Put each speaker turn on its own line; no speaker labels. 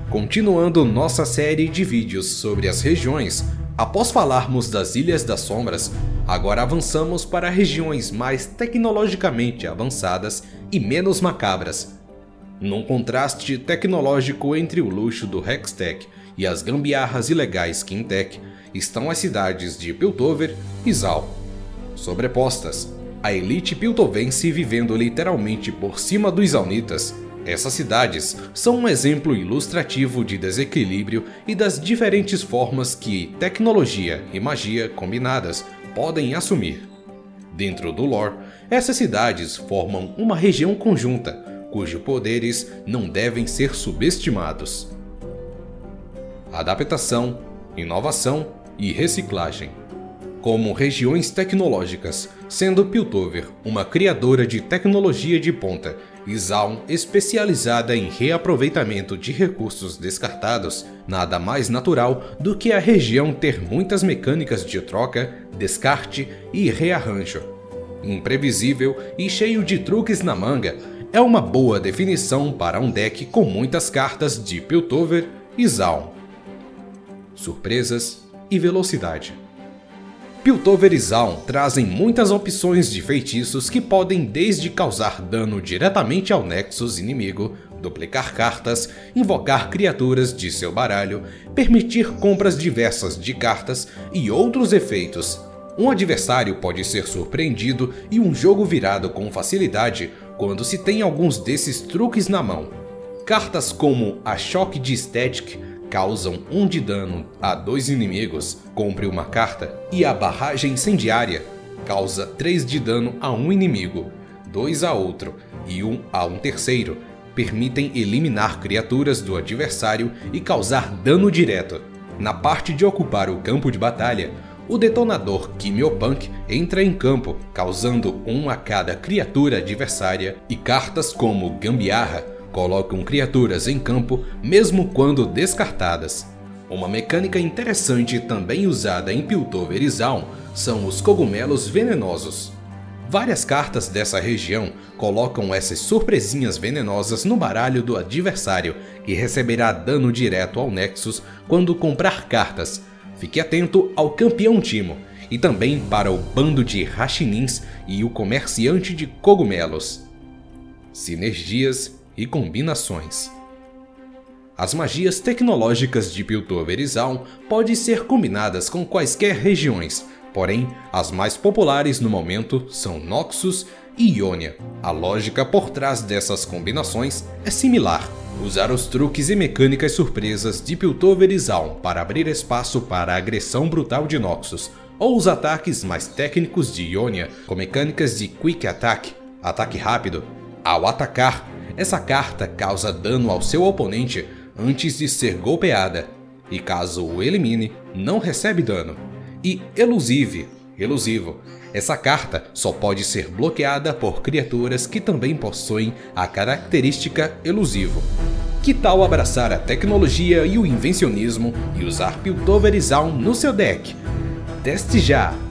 Continuando nossa série de vídeos sobre as regiões, após falarmos das Ilhas das Sombras, agora avançamos para regiões mais tecnologicamente avançadas e menos macabras. Num contraste tecnológico entre o luxo do Hextech e as gambiarras ilegais Quintech, estão as cidades de Piltover e Zaun. Sobrepostas, a elite piltovense vivendo literalmente por cima dos Zaunitas. Essas cidades são um exemplo ilustrativo de desequilíbrio e das diferentes formas que tecnologia e magia combinadas podem assumir. Dentro do lore, essas cidades formam uma região conjunta, cujos poderes não devem ser subestimados. Adaptação, inovação e reciclagem. Como regiões tecnológicas, sendo Piltover uma criadora de tecnologia de ponta e Zaun especializada em reaproveitamento de recursos descartados, nada mais natural do que a região ter muitas mecânicas de troca, descarte e rearranjo. Imprevisível e cheio de truques na manga, é uma boa definição para um deck com muitas cartas de Piltover e Zaun. Surpresas e velocidade. Piltover e Zaun trazem muitas opções de feitiços que podem desde causar dano diretamente ao Nexus inimigo, duplicar cartas, invocar criaturas de seu baralho, permitir compras diversas de cartas e outros efeitos. Um adversário pode ser surpreendido e um jogo virado com facilidade quando se tem alguns desses truques na mão. Cartas como a Choque de Static causam 1 de dano a 2 inimigos, compre uma carta, e a Barragem Incendiária causa 3 de dano a um inimigo, 2 a outro e 1 a um terceiro, permitem eliminar criaturas do adversário e causar dano direto. Na parte de ocupar o campo de batalha, o detonador Quimiopunk entra em campo, causando 1 a cada criatura adversária, e cartas como Gambiarra colocam criaturas em campo mesmo quando descartadas. Uma mecânica interessante também usada em Piltover e Zaun são os cogumelos venenosos. Várias cartas dessa região colocam essas surpresinhas venenosas no baralho do adversário, que receberá dano direto ao Nexus quando comprar cartas. Fique atento ao Campeão Timo e também para o Bando de Rashinins e o Comerciante de Cogumelos. Sinergias e combinações. As magias tecnológicas de Piltover e Zaun podem ser combinadas com quaisquer regiões, porém as mais populares no momento são Noxus e Ionia. A lógica por trás dessas combinações é similar: usar os truques e mecânicas surpresas de Piltover e Zaun para abrir espaço para a agressão brutal de Noxus, ou os ataques mais técnicos de Ionia com mecânicas de Quick Attack, ataque rápido. Ao atacar, essa carta causa dano ao seu oponente antes de ser golpeada, e caso o elimine, não recebe dano. E elusivo. Essa carta só pode ser bloqueada por criaturas que também possuem a característica elusivo. Que tal abraçar a tecnologia e o invencionismo e usar Piltover e Zaun no seu deck? Teste já!